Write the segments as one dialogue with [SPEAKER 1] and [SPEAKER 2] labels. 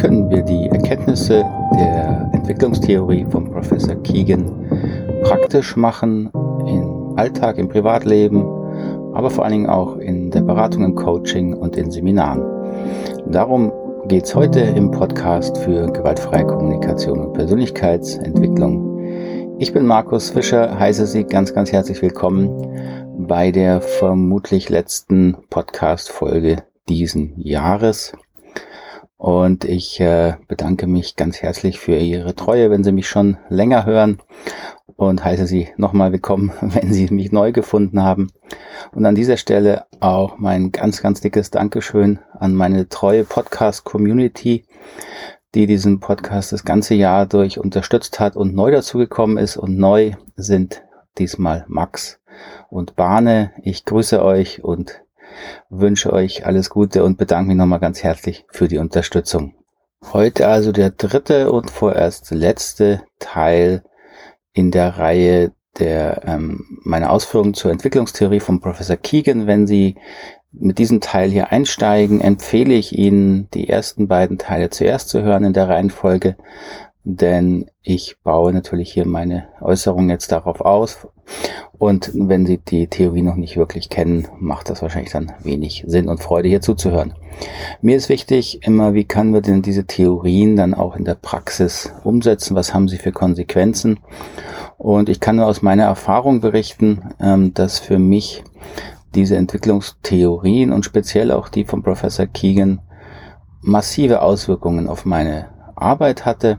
[SPEAKER 1] können wir die Erkenntnisse der Entwicklungstheorie von Professor Kegan praktisch machen im Alltag, im Privatleben, aber vor allen Dingen auch in der Beratung, im Coaching und in Seminaren. Darum geht es heute im Podcast für gewaltfreie Kommunikation und Persönlichkeitsentwicklung. Ich bin Markus Fischer, heiße Sie ganz, ganz herzlich willkommen bei der vermutlich letzten Podcast-Folge diesen Jahres. Und ich bedanke mich ganz herzlich für Ihre Treue, wenn Sie mich schon länger hören, und heiße Sie nochmal willkommen, wenn Sie mich neu gefunden haben. Und an dieser Stelle auch mein ganz, ganz dickes Dankeschön an meine treue Podcast-Community, die diesen Podcast das ganze Jahr durch unterstützt hat und neu dazugekommen ist. Und neu sind diesmal Max und Bane. Ich grüße euch und wünsche euch alles Gute und bedanke mich nochmal ganz herzlich für die Unterstützung. Heute also der dritte und vorerst letzte Teil in der Reihe der meiner Ausführungen zur Entwicklungstheorie von Professor Kegan. Wenn Sie mit diesem Teil hier einsteigen, empfehle ich Ihnen, die ersten beiden Teile zuerst zu hören in der Reihenfolge, denn ich baue natürlich hier meine Äußerungen jetzt darauf aus. Und wenn Sie die Theorie noch nicht wirklich kennen, macht das wahrscheinlich dann wenig Sinn und Freude, hier zuzuhören. Mir ist wichtig immer, wie können wir denn diese Theorien dann auch in der Praxis umsetzen? Was haben sie für Konsequenzen? Und ich kann nur aus meiner Erfahrung berichten, dass für mich diese Entwicklungstheorien und speziell auch die von Professor Kegan massive Auswirkungen auf meine Arbeit hatte.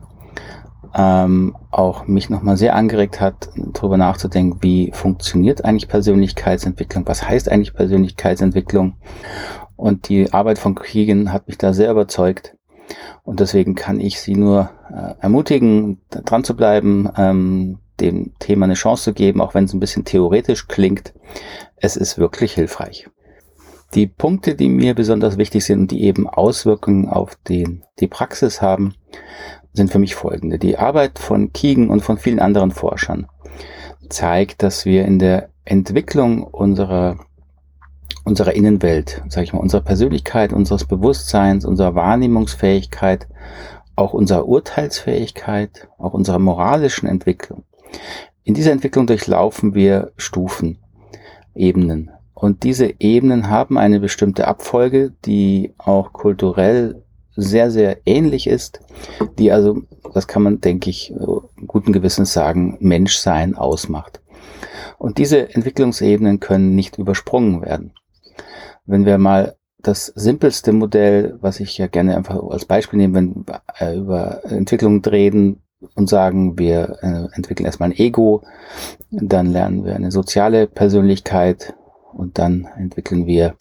[SPEAKER 1] Auch mich nochmal sehr angeregt hat, darüber nachzudenken, wie funktioniert eigentlich Persönlichkeitsentwicklung, was heißt eigentlich Persönlichkeitsentwicklung, und die Arbeit von Kegan hat mich da sehr überzeugt, und deswegen kann ich Sie nur ermutigen, dran zu bleiben, dem Thema eine Chance zu geben, auch wenn es ein bisschen theoretisch klingt. Es ist wirklich hilfreich. Die Punkte, die mir besonders wichtig sind und die eben Auswirkungen auf die Praxis haben, sind für mich folgende. Die Arbeit von Kegan und von vielen anderen Forschern zeigt, dass wir in der Entwicklung unserer Innenwelt, unserer Persönlichkeit, unseres Bewusstseins, unserer Wahrnehmungsfähigkeit, auch unserer Urteilsfähigkeit, auch unserer moralischen Entwicklung. In dieser Entwicklung durchlaufen wir Stufen, Ebenen. Und diese Ebenen haben eine bestimmte Abfolge, die auch kulturell sehr, sehr ähnlich ist, die also, das kann man, denke ich, guten Gewissens sagen, Menschsein ausmacht. Und diese Entwicklungsebenen können nicht übersprungen werden. Wenn wir mal das simpelste Modell, was ich ja gerne einfach als Beispiel nehme, wenn wir über Entwicklung reden und sagen, wir entwickeln erstmal ein Ego, dann lernen wir eine soziale Persönlichkeit, und dann entwickeln wir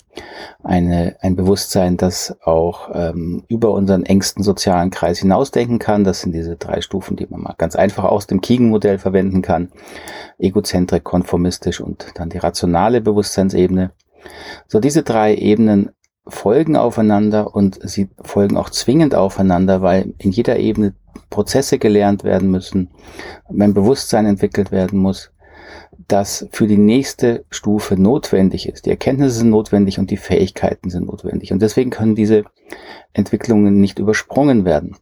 [SPEAKER 1] ein Bewusstsein, das auch über unseren engsten sozialen Kreis hinausdenken kann. Das sind diese 3 Stufen, die man mal ganz einfach aus dem Kegan-Modell verwenden kann. Egozentrik, konformistisch und dann die rationale Bewusstseinsebene. So, diese 3 Ebenen folgen aufeinander, und sie folgen auch zwingend aufeinander, weil in jeder Ebene Prozesse gelernt werden müssen, ein Bewusstsein entwickelt werden muss, das für die nächste Stufe notwendig ist. Die Erkenntnisse sind notwendig und die Fähigkeiten sind notwendig. Und deswegen können diese Entwicklungen nicht übersprungen werden.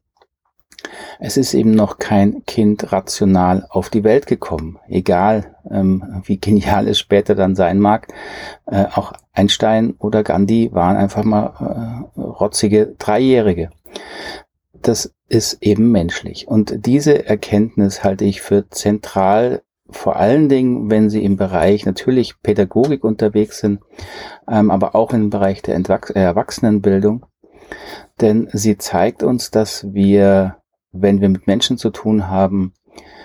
[SPEAKER 1] Es ist eben noch kein Kind rational auf die Welt gekommen. Egal, wie genial es später dann sein mag. Auch Einstein oder Gandhi waren einfach mal rotzige 3-Jährige. Das ist eben menschlich. Und diese Erkenntnis halte ich für zentral, vor allen Dingen, wenn Sie im Bereich natürlich Pädagogik unterwegs sind, aber auch im Bereich der Erwachsenenbildung. Denn sie zeigt uns, dass wir, wenn wir mit Menschen zu tun haben,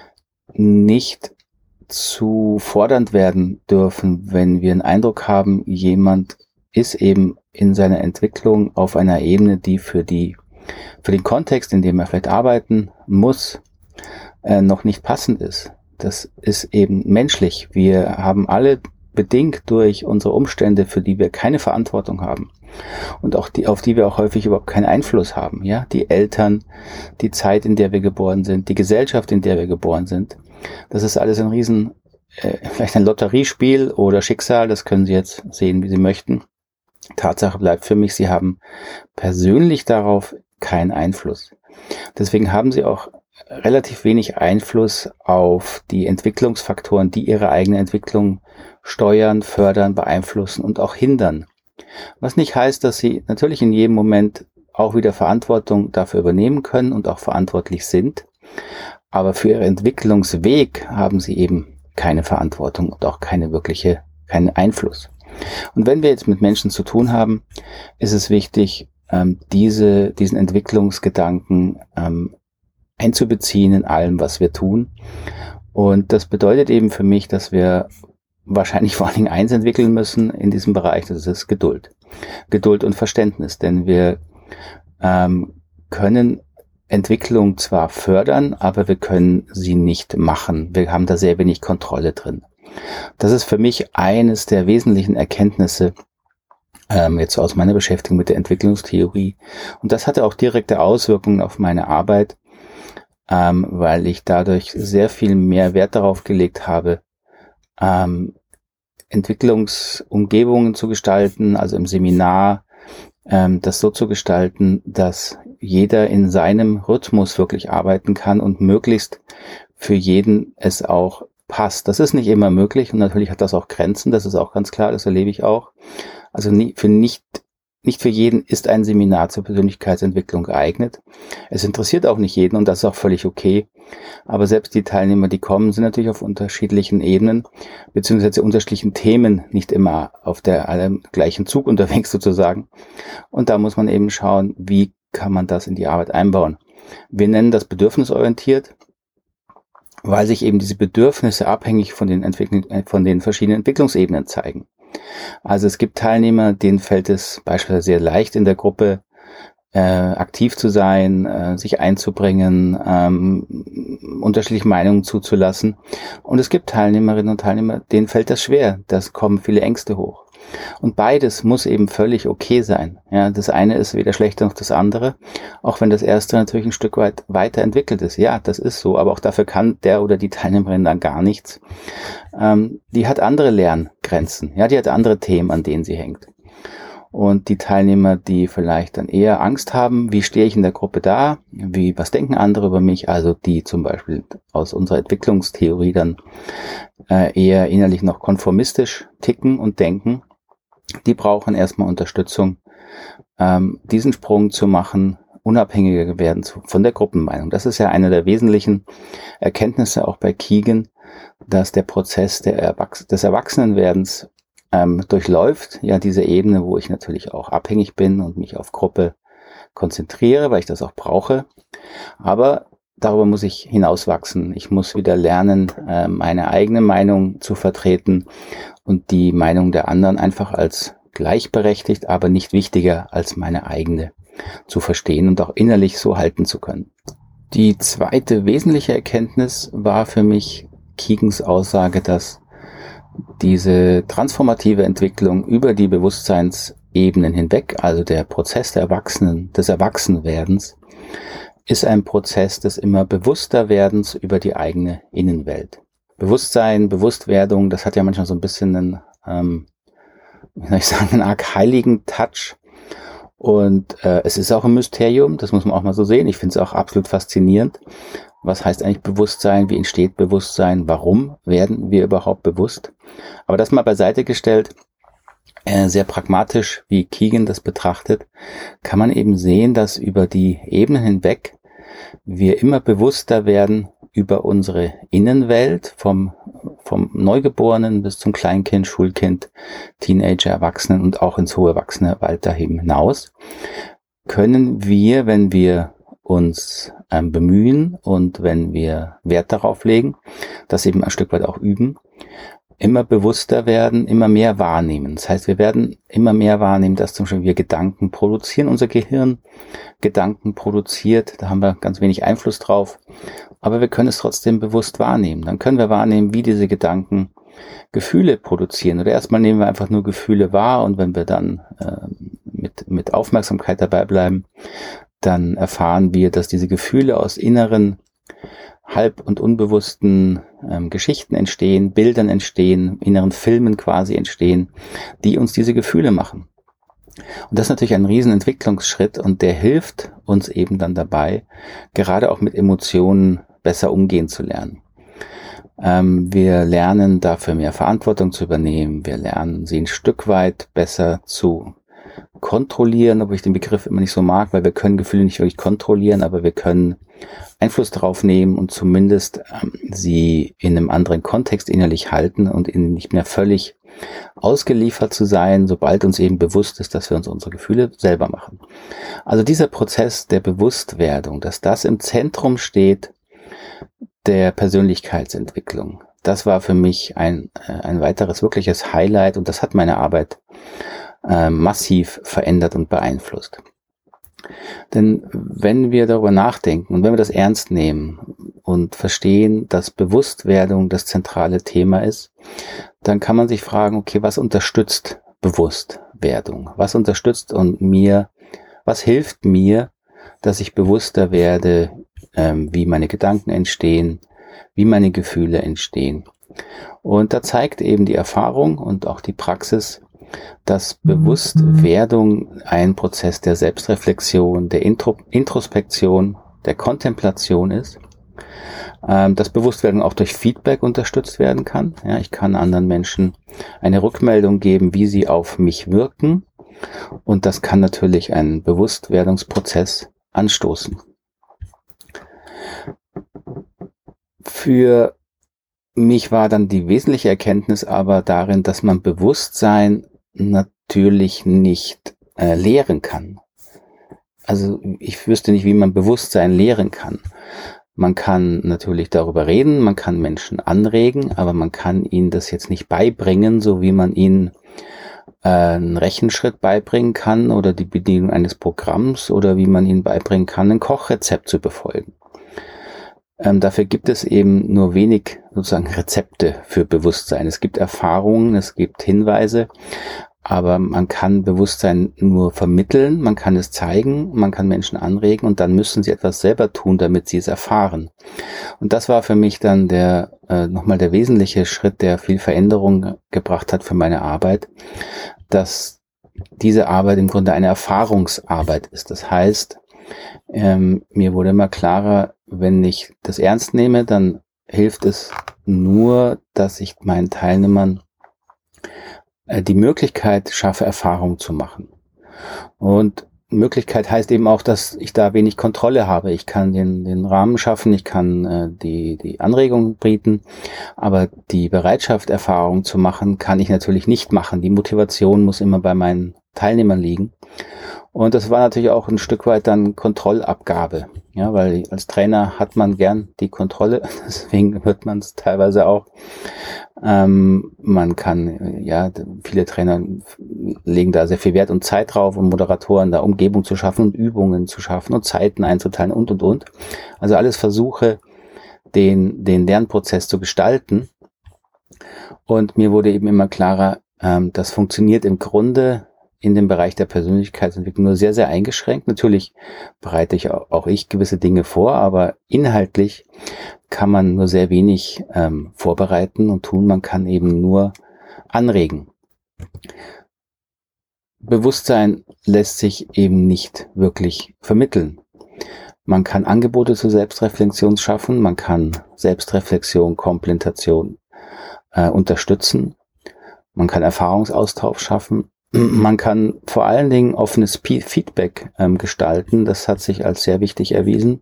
[SPEAKER 1] nicht zu fordernd werden dürfen, wenn wir einen Eindruck haben, jemand ist eben in seiner Entwicklung auf einer Ebene, die für den Kontext, in dem er vielleicht arbeiten muss, noch nicht passend ist. Das ist eben menschlich. Wir haben alle bedingt durch unsere Umstände, für die wir keine Verantwortung haben und auch auf die wir auch häufig überhaupt keinen Einfluss haben. Ja, die Eltern, die Zeit, in der wir geboren sind, die Gesellschaft, in der wir geboren sind. Das ist alles ein vielleicht ein Lotteriespiel oder Schicksal. Das können Sie jetzt sehen, wie Sie möchten. Tatsache bleibt für mich, Sie haben persönlich darauf keinen Einfluss. Deswegen haben sie auch relativ wenig Einfluss auf die Entwicklungsfaktoren, die ihre eigene Entwicklung steuern, fördern, beeinflussen und auch hindern. Was nicht heißt, dass sie natürlich in jedem Moment auch wieder Verantwortung dafür übernehmen können und auch verantwortlich sind. Aber für ihren Entwicklungsweg haben sie eben keine Verantwortung und auch keinen Einfluss. Und wenn wir jetzt mit Menschen zu tun haben, ist es wichtig, diesen Entwicklungsgedanken einzubeziehen in allem, was wir tun. Und das bedeutet eben für mich, dass wir wahrscheinlich vor allen Dingen eins entwickeln müssen in diesem Bereich, das ist Geduld. Geduld und Verständnis, denn wir können Entwicklung zwar fördern, aber wir können sie nicht machen. Wir haben da sehr wenig Kontrolle drin. Das ist für mich eines der wesentlichen Erkenntnisse jetzt aus meiner Beschäftigung mit der Entwicklungstheorie. Und das hatte auch direkte Auswirkungen auf meine Arbeit, weil ich dadurch sehr viel mehr Wert darauf gelegt habe, Entwicklungsumgebungen zu gestalten, also im Seminar, das so zu gestalten, dass jeder in seinem Rhythmus wirklich arbeiten kann und möglichst für jeden es auch passt. Das ist nicht immer möglich und natürlich hat das auch Grenzen, das ist auch ganz klar, das erlebe ich auch. Also nicht für jeden ist ein Seminar zur Persönlichkeitsentwicklung geeignet. Es interessiert auch nicht jeden und das ist auch völlig okay. Aber selbst die Teilnehmer, die kommen, sind natürlich auf unterschiedlichen Ebenen beziehungsweise unterschiedlichen Themen nicht immer auf der gleichen Zug unterwegs sozusagen. Und da muss man eben schauen, wie kann man das in die Arbeit einbauen. Wir nennen das bedürfnisorientiert, weil sich eben diese Bedürfnisse abhängig von den verschiedenen Entwicklungsebenen zeigen. Also es gibt Teilnehmer, denen fällt es beispielsweise sehr leicht in der Gruppe aktiv zu sein, sich einzubringen, unterschiedliche Meinungen zuzulassen. Und es gibt Teilnehmerinnen und Teilnehmer, denen fällt das schwer. Da kommen viele Ängste hoch. Und beides muss eben völlig okay sein. Ja, das eine ist weder schlechter noch das andere, auch wenn das erste natürlich ein Stück weit weiterentwickelt ist. Ja, das ist so, aber auch dafür kann der oder die Teilnehmerin dann gar nichts. Die hat andere Lerngrenzen, ja, die hat andere Themen, an denen sie hängt. Und die Teilnehmer, die vielleicht dann eher Angst haben, wie stehe ich in der Gruppe da, was denken andere über mich, also die zum Beispiel aus unserer Entwicklungstheorie dann eher innerlich noch konformistisch ticken und denken, die brauchen erstmal Unterstützung, diesen Sprung zu machen, unabhängiger werden von der Gruppenmeinung. Das ist ja eine der wesentlichen Erkenntnisse auch bei Keegan, dass der Prozess des Erwachsenenwerdens durchläuft, ja, diese Ebene, wo ich natürlich auch abhängig bin und mich auf Gruppe konzentriere, weil ich das auch brauche. Aber darüber muss ich hinauswachsen. Ich muss wieder lernen, meine eigene Meinung zu vertreten und die Meinung der anderen einfach als gleichberechtigt, aber nicht wichtiger als meine eigene zu verstehen und auch innerlich so halten zu können. Die zweite wesentliche Erkenntnis war für mich Keegans Aussage, dass diese transformative Entwicklung über die Bewusstseinsebenen hinweg, also der Prozess des Erwachsenwerdens, ist ein Prozess des immer bewusster Werdens über die eigene Innenwelt. Bewusstsein, Bewusstwerdung, das hat ja manchmal so ein bisschen einen arg heiligen Touch. Und es ist auch ein Mysterium, das muss man auch mal so sehen. Ich finde es auch absolut faszinierend. Was heißt eigentlich Bewusstsein? Wie entsteht Bewusstsein? Warum werden wir überhaupt bewusst? Aber das mal beiseite gestellt, sehr pragmatisch, wie Keegan das betrachtet, kann man eben sehen, dass über die Ebenen hinweg wir immer bewusster werden über unsere Innenwelt, vom Neugeborenen bis zum Kleinkind, Schulkind, Teenager, Erwachsenen und auch ins hohe Erwachsenenalter hinaus, können wir, wenn wir uns bemühen und wenn wir Wert darauf legen, das eben ein Stück weit auch üben, immer bewusster werden, immer mehr wahrnehmen. Das heißt, wir werden immer mehr wahrnehmen, dass zum Beispiel wir Gedanken produzieren, unser Gehirn Gedanken produziert, da haben wir ganz wenig Einfluss drauf, aber wir können es trotzdem bewusst wahrnehmen. Dann können wir wahrnehmen, wie diese Gedanken Gefühle produzieren. Oder erstmal nehmen wir einfach nur Gefühle wahr und wenn wir dann mit Aufmerksamkeit dabei bleiben, dann erfahren wir, dass diese Gefühle aus inneren, halb- und unbewussten Geschichten entstehen, Bildern entstehen, inneren Filmen quasi entstehen, die uns diese Gefühle machen. Und das ist natürlich ein Riesenentwicklungsschritt und der hilft uns eben dann dabei, gerade auch mit Emotionen besser umgehen zu lernen. Wir lernen dafür mehr Verantwortung zu übernehmen. Wir lernen sie ein Stück weit besser zu kontrollieren, obwohl ich den Begriff immer nicht so mag, weil wir können Gefühle nicht wirklich kontrollieren, aber wir können Einfluss darauf nehmen und zumindest sie in einem anderen Kontext innerlich halten und ihnen nicht mehr völlig ausgeliefert zu sein, sobald uns eben bewusst ist, dass wir uns unsere Gefühle selber machen. Also dieser Prozess der Bewusstwerdung, dass das im Zentrum steht der Persönlichkeitsentwicklung, das war für mich ein weiteres wirkliches Highlight und das hat meine Arbeit massiv verändert und beeinflusst. Denn wenn wir darüber nachdenken und wenn wir das ernst nehmen und verstehen, dass Bewusstwerdung das zentrale Thema ist, dann kann man sich fragen, okay, was unterstützt Bewusstwerdung? Was unterstützt was hilft mir, dass ich bewusster werde, wie meine Gedanken entstehen, wie meine Gefühle entstehen? Und da zeigt eben die Erfahrung und auch die Praxis, dass Bewusstwerdung ein Prozess der Selbstreflexion, der Introspektion, der Kontemplation ist. Dass Bewusstwerdung auch durch Feedback unterstützt werden kann. Ja, ich kann anderen Menschen eine Rückmeldung geben, wie sie auf mich wirken. Und das kann natürlich einen Bewusstwerdungsprozess anstoßen. Für mich war dann die wesentliche Erkenntnis aber darin, dass man Bewusstsein natürlich nicht lehren kann. Also ich wüsste nicht, wie man Bewusstsein lehren kann. Man kann natürlich darüber reden, man kann Menschen anregen, aber man kann ihnen das jetzt nicht beibringen, so wie man ihnen einen Rechenschritt beibringen kann oder die Bedienung eines Programms oder wie man ihnen beibringen kann, ein Kochrezept zu befolgen. Dafür gibt es eben nur wenig sozusagen Rezepte für Bewusstsein. Es gibt Erfahrungen, es gibt Hinweise, aber man kann Bewusstsein nur vermitteln, man kann es zeigen, man kann Menschen anregen und dann müssen sie etwas selber tun, damit sie es erfahren. Und das war für mich dann nochmal der wesentliche Schritt, der viel Veränderung gebracht hat für meine Arbeit, dass diese Arbeit im Grunde eine Erfahrungsarbeit ist. Das heißt, mir wurde immer klarer, wenn ich das ernst nehme, dann hilft es nur, dass ich meinen Teilnehmern die Möglichkeit schaffe, Erfahrung zu machen. Und Möglichkeit heißt eben auch, dass ich da wenig Kontrolle habe. Ich kann den Rahmen schaffen, ich kann die Anregung bieten, aber die Bereitschaft, Erfahrung zu machen, kann ich natürlich nicht machen. Die Motivation muss immer bei meinen Teilnehmern liegen. Und das war natürlich auch ein Stück weit dann Kontrollabgabe, ja, weil als Trainer hat man gern die Kontrolle, deswegen wird man es teilweise auch. Man kann, ja, viele Trainer legen da sehr viel Wert und Zeit drauf, um Moderatoren da Umgebung zu schaffen und Übungen zu schaffen und Zeiten einzuteilen und. Also alles Versuche, den Lernprozess zu gestalten. Und mir wurde eben immer klarer, das funktioniert im Grunde in dem Bereich der Persönlichkeitsentwicklung nur sehr, sehr eingeschränkt. Natürlich bereite auch ich gewisse Dinge vor, aber inhaltlich kann man nur sehr wenig vorbereiten und tun. Man kann eben nur anregen. Bewusstsein lässt sich eben nicht wirklich vermitteln. Man kann Angebote zur Selbstreflexion schaffen, man kann Selbstreflexion, Komplementation unterstützen, man kann Erfahrungsaustausch schaffen. Man kann vor allen Dingen offenes Feedback gestalten. Das hat sich als sehr wichtig erwiesen,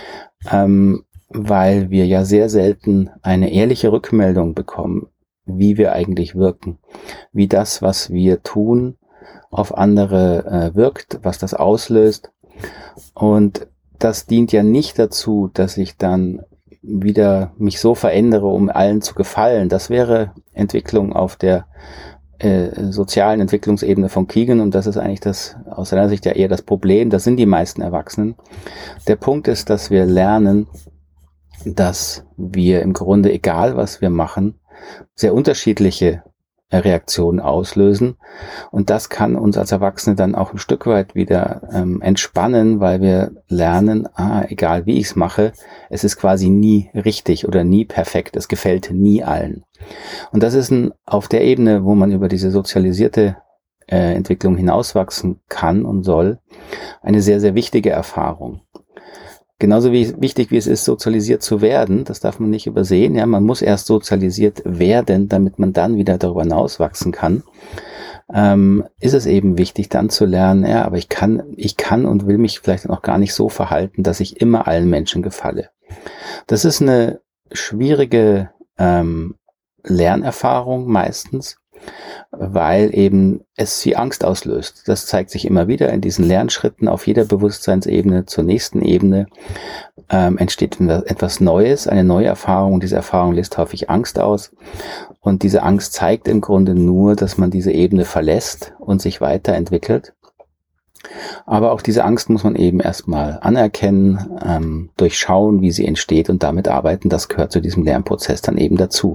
[SPEAKER 1] weil wir ja sehr selten eine ehrliche Rückmeldung bekommen, wie wir eigentlich wirken, wie das, was wir tun, auf andere wirkt, was das auslöst. Und das dient ja nicht dazu, dass ich dann wieder mich so verändere, um allen zu gefallen. Das wäre Entwicklung auf der sozialen Entwicklungsebene von Kegan und das ist eigentlich aus seiner Sicht ja eher das Problem, das sind die meisten Erwachsenen. Der Punkt ist, dass wir lernen, dass wir im Grunde, egal was wir machen, sehr unterschiedliche Reaktionen auslösen und das kann uns als Erwachsene dann auch ein Stück weit wieder entspannen, weil wir lernen, egal wie ich es mache, es ist quasi nie richtig oder nie perfekt, es gefällt nie allen. Und das ist auf der Ebene, wo man über diese sozialisierte Entwicklung hinauswachsen kann und soll, eine sehr, sehr wichtige Erfahrung. Genauso wichtig wie es ist, sozialisiert zu werden, das darf man nicht übersehen. Ja, man muss erst sozialisiert werden, damit man dann wieder darüber hinauswachsen kann. Ist es eben wichtig, dann zu lernen, ja, aber ich kann und will mich vielleicht noch gar nicht so verhalten, dass ich immer allen Menschen gefalle. Das ist eine schwierige Lernerfahrung meistens, weil eben es viel Angst auslöst. Das zeigt sich immer wieder in diesen Lernschritten auf jeder Bewusstseinsebene zur nächsten Ebene. Entsteht etwas Neues, eine neue Erfahrung. Diese Erfahrung löst häufig Angst aus. Und diese Angst zeigt im Grunde nur, dass man diese Ebene verlässt und sich weiterentwickelt. Aber auch diese Angst muss man eben erstmal anerkennen, durchschauen, wie sie entsteht und damit arbeiten. Das gehört zu diesem Lernprozess dann eben dazu.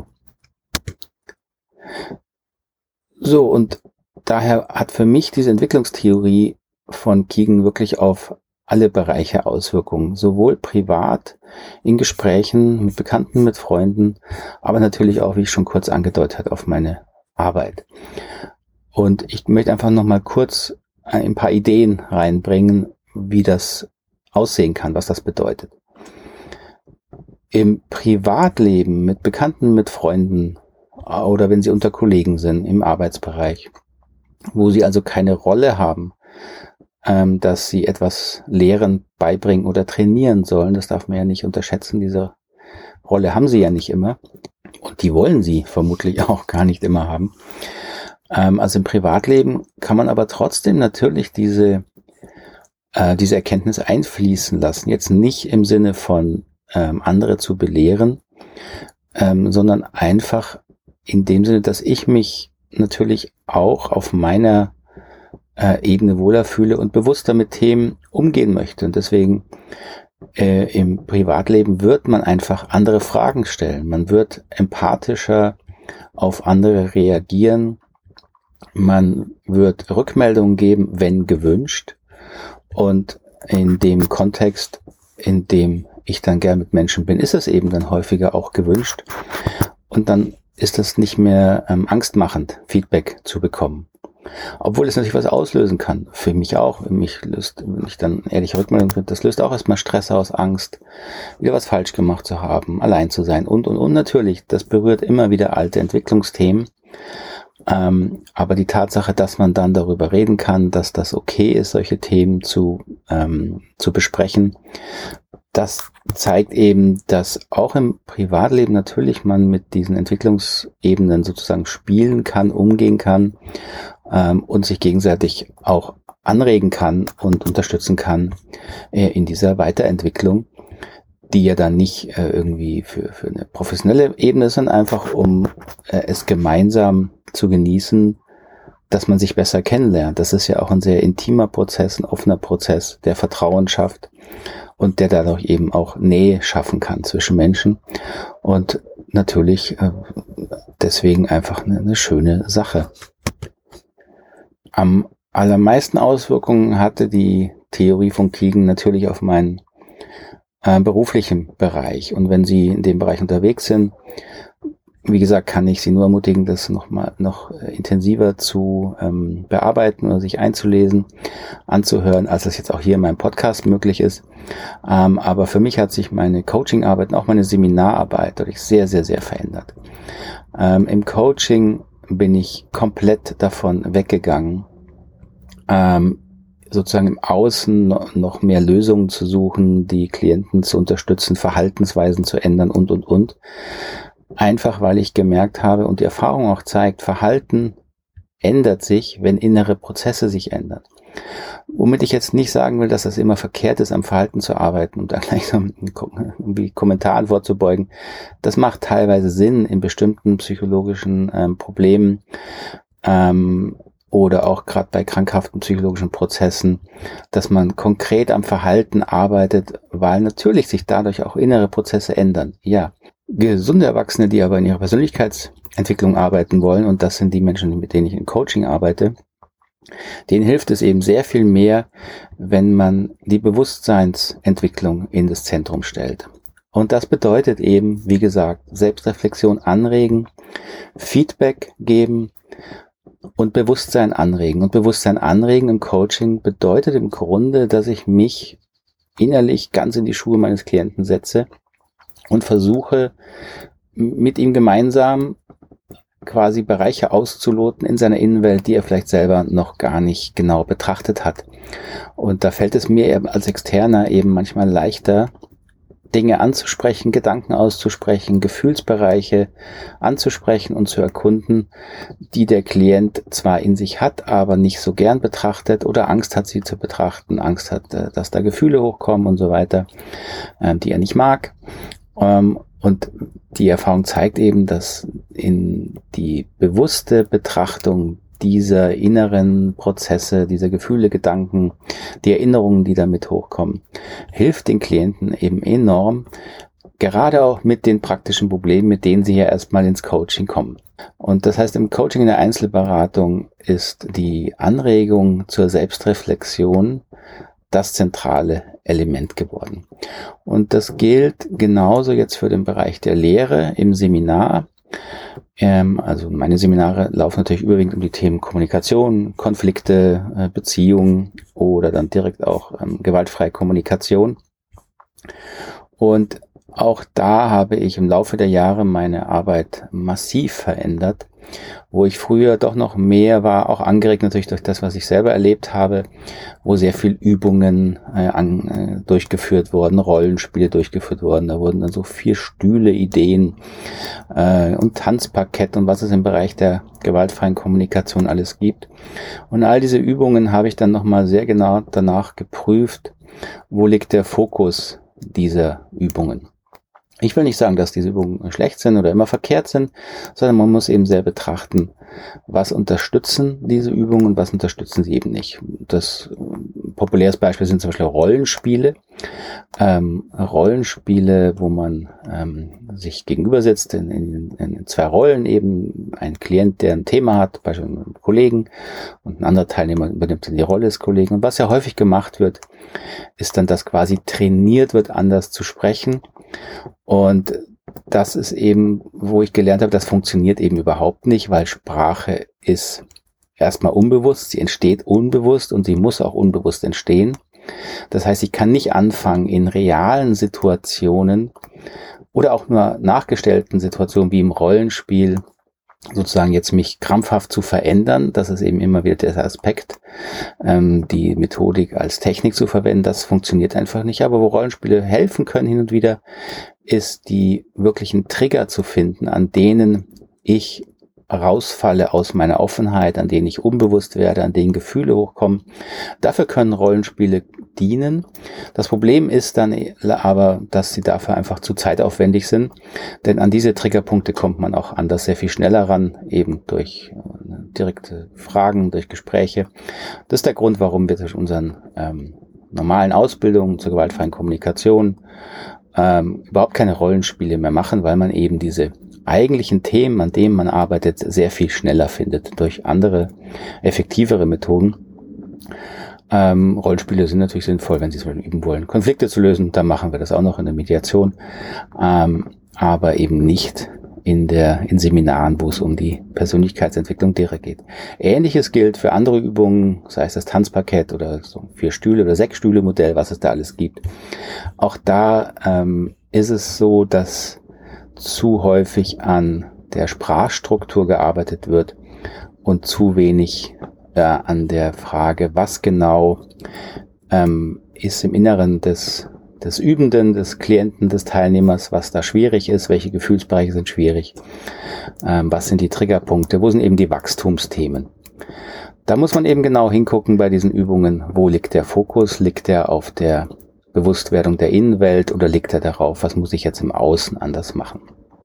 [SPEAKER 1] So, und daher hat für mich diese Entwicklungstheorie von Keegan wirklich auf alle Bereiche Auswirkungen, sowohl privat, in Gesprächen mit Bekannten, mit Freunden, aber natürlich auch, wie ich schon kurz angedeutet habe, auf meine Arbeit. Und ich möchte einfach nochmal kurz ein paar Ideen reinbringen, wie das aussehen kann, was das bedeutet. Im Privatleben mit Bekannten, mit Freunden oder wenn sie unter Kollegen sind im Arbeitsbereich, wo sie also keine Rolle haben, dass sie etwas lehren, beibringen oder trainieren sollen. Das darf man ja nicht unterschätzen. Diese Rolle haben sie ja nicht immer. Und die wollen sie vermutlich auch gar nicht immer haben. Also im Privatleben kann man aber trotzdem natürlich diese Erkenntnis einfließen lassen. Jetzt nicht im Sinne von andere zu belehren, sondern einfach in dem Sinne, dass ich mich natürlich auch auf meiner Ebene wohler fühle und bewusster mit Themen umgehen möchte. Und deswegen im Privatleben wird man einfach andere Fragen stellen. Man wird empathischer auf andere reagieren. Man wird Rückmeldungen geben, wenn gewünscht. Und in dem Kontext, in dem ich dann gern mit Menschen bin, ist es eben dann häufiger auch gewünscht. Und dann ist das nicht mehr angstmachend, Feedback zu bekommen. Obwohl es natürlich was auslösen kann. Für mich auch. Wenn ich dann ehrliche Rückmeldung kriege, das löst auch erstmal Stress aus, Angst, wieder was falsch gemacht zu haben, allein zu sein und natürlich. Das berührt immer wieder alte Entwicklungsthemen. Aber die Tatsache, dass man dann darüber reden kann, dass das okay ist, solche Themen zu besprechen, das zeigt eben, dass auch im Privatleben natürlich man mit diesen Entwicklungsebenen sozusagen spielen kann, umgehen kann und sich gegenseitig auch anregen kann und unterstützen kann in dieser Weiterentwicklung, die ja dann nicht irgendwie für eine professionelle Ebene ist, sondern einfach um es gemeinsam zu genießen, dass man sich besser kennenlernt. Das ist ja auch ein sehr intimer Prozess, ein offener Prozess, der Vertrauen schafft und der dadurch eben auch Nähe schaffen kann zwischen Menschen und natürlich deswegen einfach eine schöne Sache. Am allermeisten Auswirkungen hatte die Theorie von Keegan natürlich auf meinen beruflichen Bereich. Und wenn Sie in dem Bereich unterwegs sind, wie gesagt, kann ich Sie nur ermutigen, das noch intensiver zu bearbeiten oder sich einzulesen, anzuhören, als das jetzt auch hier in meinem Podcast möglich ist. Aber für mich hat sich meine Coaching-Arbeit und auch meine Seminararbeit dadurch sehr, sehr, sehr verändert. Im Coaching bin ich komplett davon weggegangen, sozusagen im Außen noch mehr Lösungen zu suchen, die Klienten zu unterstützen, Verhaltensweisen zu ändern und. Einfach weil ich gemerkt habe und die Erfahrung auch zeigt, Verhalten ändert sich, wenn innere Prozesse sich ändern. Womit ich jetzt nicht sagen will, dass das immer verkehrt ist, am Verhalten zu arbeiten und da gleich so irgendwie Kommentaren vorzubeugen. Das macht teilweise Sinn in bestimmten psychologischen Problemen oder auch gerade bei krankhaften psychologischen Prozessen, dass man konkret am Verhalten arbeitet, weil natürlich sich dadurch auch innere Prozesse ändern. Ja, gesunde Erwachsene, die aber in ihrer Persönlichkeitsentwicklung arbeiten wollen, und das sind die Menschen, mit denen ich in Coaching arbeite, denen hilft es eben sehr viel mehr, wenn man die Bewusstseinsentwicklung in das Zentrum stellt. Und das bedeutet eben, wie gesagt, Selbstreflexion anregen, Feedback geben, und Bewusstsein anregen. Und Bewusstsein anregen im Coaching bedeutet im Grunde, dass ich mich innerlich ganz in die Schuhe meines Klienten setze und versuche, mit ihm gemeinsam quasi Bereiche auszuloten in seiner Innenwelt, die er vielleicht selber noch gar nicht genau betrachtet hat. Und da fällt es mir als Externer eben manchmal leichter, Dinge anzusprechen, Gedanken auszusprechen, Gefühlsbereiche anzusprechen und zu erkunden, die der Klient zwar in sich hat, aber nicht so gern betrachtet oder Angst hat, sie zu betrachten, Angst hat, dass da Gefühle hochkommen und so weiter, die er nicht mag. Und die Erfahrung zeigt eben, dass in die bewusste Betrachtung dieser inneren Prozesse, dieser Gefühle, Gedanken, die Erinnerungen, die damit hochkommen, hilft den Klienten eben enorm, gerade auch mit den praktischen Problemen, mit denen sie ja erstmal ins Coaching kommen. Und das heißt, im Coaching, in der Einzelberatung ist die Anregung zur Selbstreflexion das zentrale Element geworden. Und das gilt genauso jetzt für den Bereich der Lehre im Seminar. Also meine Seminare laufen natürlich überwiegend um die Themen Kommunikation, Konflikte, Beziehung oder dann direkt auch gewaltfreie Kommunikation. Und auch da habe ich im Laufe der Jahre meine Arbeit massiv verändert, wo ich früher doch noch mehr war, auch angeregt natürlich durch das, was ich selber erlebt habe, wo sehr viel Übungen durchgeführt wurden, Rollenspiele durchgeführt wurden. Da wurden dann so 4 Stühle, Ideen und Tanzparkett und was es im Bereich der gewaltfreien Kommunikation alles gibt. Und all diese Übungen habe ich dann nochmal sehr genau danach geprüft, wo liegt der Fokus dieser Übungen. Ich will nicht sagen, dass diese Übungen schlecht sind oder immer verkehrt sind, sondern man muss eben sehr betrachten, was unterstützen diese Übungen und was unterstützen sie eben nicht. Das populäres Beispiel sind zum Beispiel Rollenspiele. Rollenspiele, wo man sich gegenüber sitzt in 2 Rollen eben. Ein Klient, der ein Thema hat, beispielsweise einen Kollegen, und ein anderer Teilnehmer übernimmt dann die Rolle des Kollegen. Und was ja häufig gemacht wird, ist dann, dass quasi trainiert wird, anders zu sprechen. Und das ist eben, wo ich gelernt habe, das funktioniert eben überhaupt nicht, weil Sprache ist erstmal unbewusst, sie entsteht unbewusst und sie muss auch unbewusst entstehen. Das heißt, ich kann nicht anfangen, in realen Situationen oder auch nur nachgestellten Situationen wie im Rollenspiel sozusagen jetzt mich krampfhaft zu verändern. Das ist eben immer wieder der Aspekt, die Methodik als Technik zu verwenden. Das funktioniert einfach nicht. Aber wo Rollenspiele helfen können hin und wieder, ist die wirklichen Trigger zu finden, an denen ich rausfalle aus meiner Offenheit, an denen ich unbewusst werde, an denen Gefühle hochkommen. Dafür können Rollenspiele dienen. Das Problem ist dann aber, dass sie dafür einfach zu zeitaufwendig sind, denn an diese Triggerpunkte kommt man auch anders sehr viel schneller ran, eben durch direkte Fragen, durch Gespräche. Das ist der Grund, warum wir durch unseren normalen Ausbildungen zur gewaltfreien Kommunikation überhaupt keine Rollenspiele mehr machen, weil man eben diese eigentlichen Themen, an denen man arbeitet, sehr viel schneller findet durch andere, effektivere Methoden. Rollenspiele sind natürlich sinnvoll, wenn Sie es mal üben wollen, Konflikte zu lösen, dann machen wir das auch noch in der Mediation, aber eben nicht in Seminaren, wo es um die Persönlichkeitsentwicklung derer geht. Ähnliches gilt für andere Übungen, sei es das Tanzparkett oder so 4 Stühle oder 6 Stühle Modell, was es da alles gibt. Auch da ist es so, dass zu häufig an der Sprachstruktur gearbeitet wird und zu wenig an der Frage, was genau ist im Inneren des Übenden, des Klienten, des Teilnehmers, was da schwierig ist, welche Gefühlsbereiche sind schwierig, was sind die Triggerpunkte, wo sind eben die Wachstumsthemen. Da muss man eben genau hingucken bei diesen Übungen, wo liegt der Fokus, liegt der auf der Bewusstwerdung der Innenwelt oder liegt er darauf, was muss ich jetzt im Außen anders machen.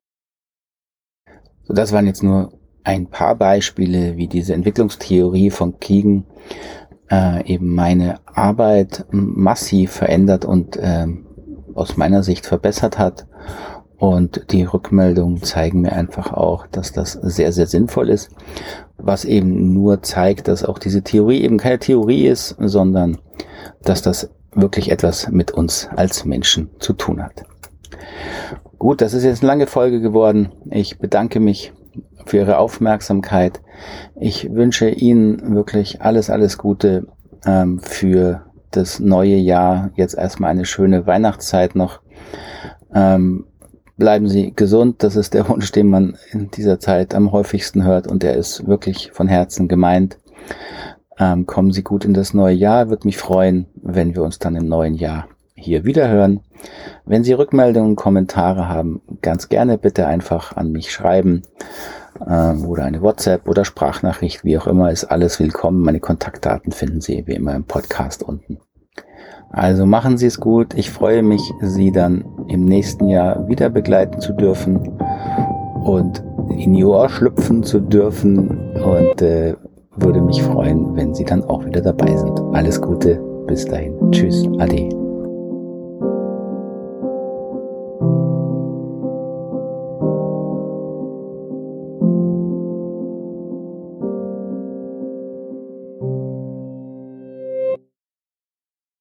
[SPEAKER 1] So, das waren jetzt nur ein paar Beispiele, wie diese Entwicklungstheorie von Kegan eben meine Arbeit massiv verändert und aus meiner Sicht verbessert hat. Und die Rückmeldungen zeigen mir einfach auch, dass das sehr, sehr sinnvoll ist, was eben nur zeigt, dass auch diese Theorie eben keine Theorie ist, sondern dass das wirklich etwas mit uns als Menschen zu tun hat. Gut, das ist jetzt eine lange Folge geworden. Ich bedanke mich für Ihre Aufmerksamkeit. Ich wünsche Ihnen wirklich alles Gute für das neue Jahr. Jetzt erstmal eine schöne Weihnachtszeit noch. Bleiben Sie gesund, das ist der Wunsch, den man in dieser Zeit am häufigsten hört und der ist wirklich von Herzen gemeint. Kommen Sie gut in das neue Jahr, würde mich freuen, wenn wir uns dann im neuen Jahr hier wieder hören. Wenn Sie Rückmeldungen, Kommentare haben, ganz gerne bitte einfach an mich schreiben oder eine WhatsApp oder Sprachnachricht, wie auch immer, ist alles willkommen. Meine Kontaktdaten finden Sie wie immer im Podcast unten. Also machen Sie es gut. Ich freue mich, Sie dann im nächsten Jahr wieder begleiten zu dürfen und in Ihr Ohr schlüpfen zu dürfen und würde mich freuen, wenn Sie dann auch wieder dabei sind. Alles Gute, bis dahin. Tschüss, Ade.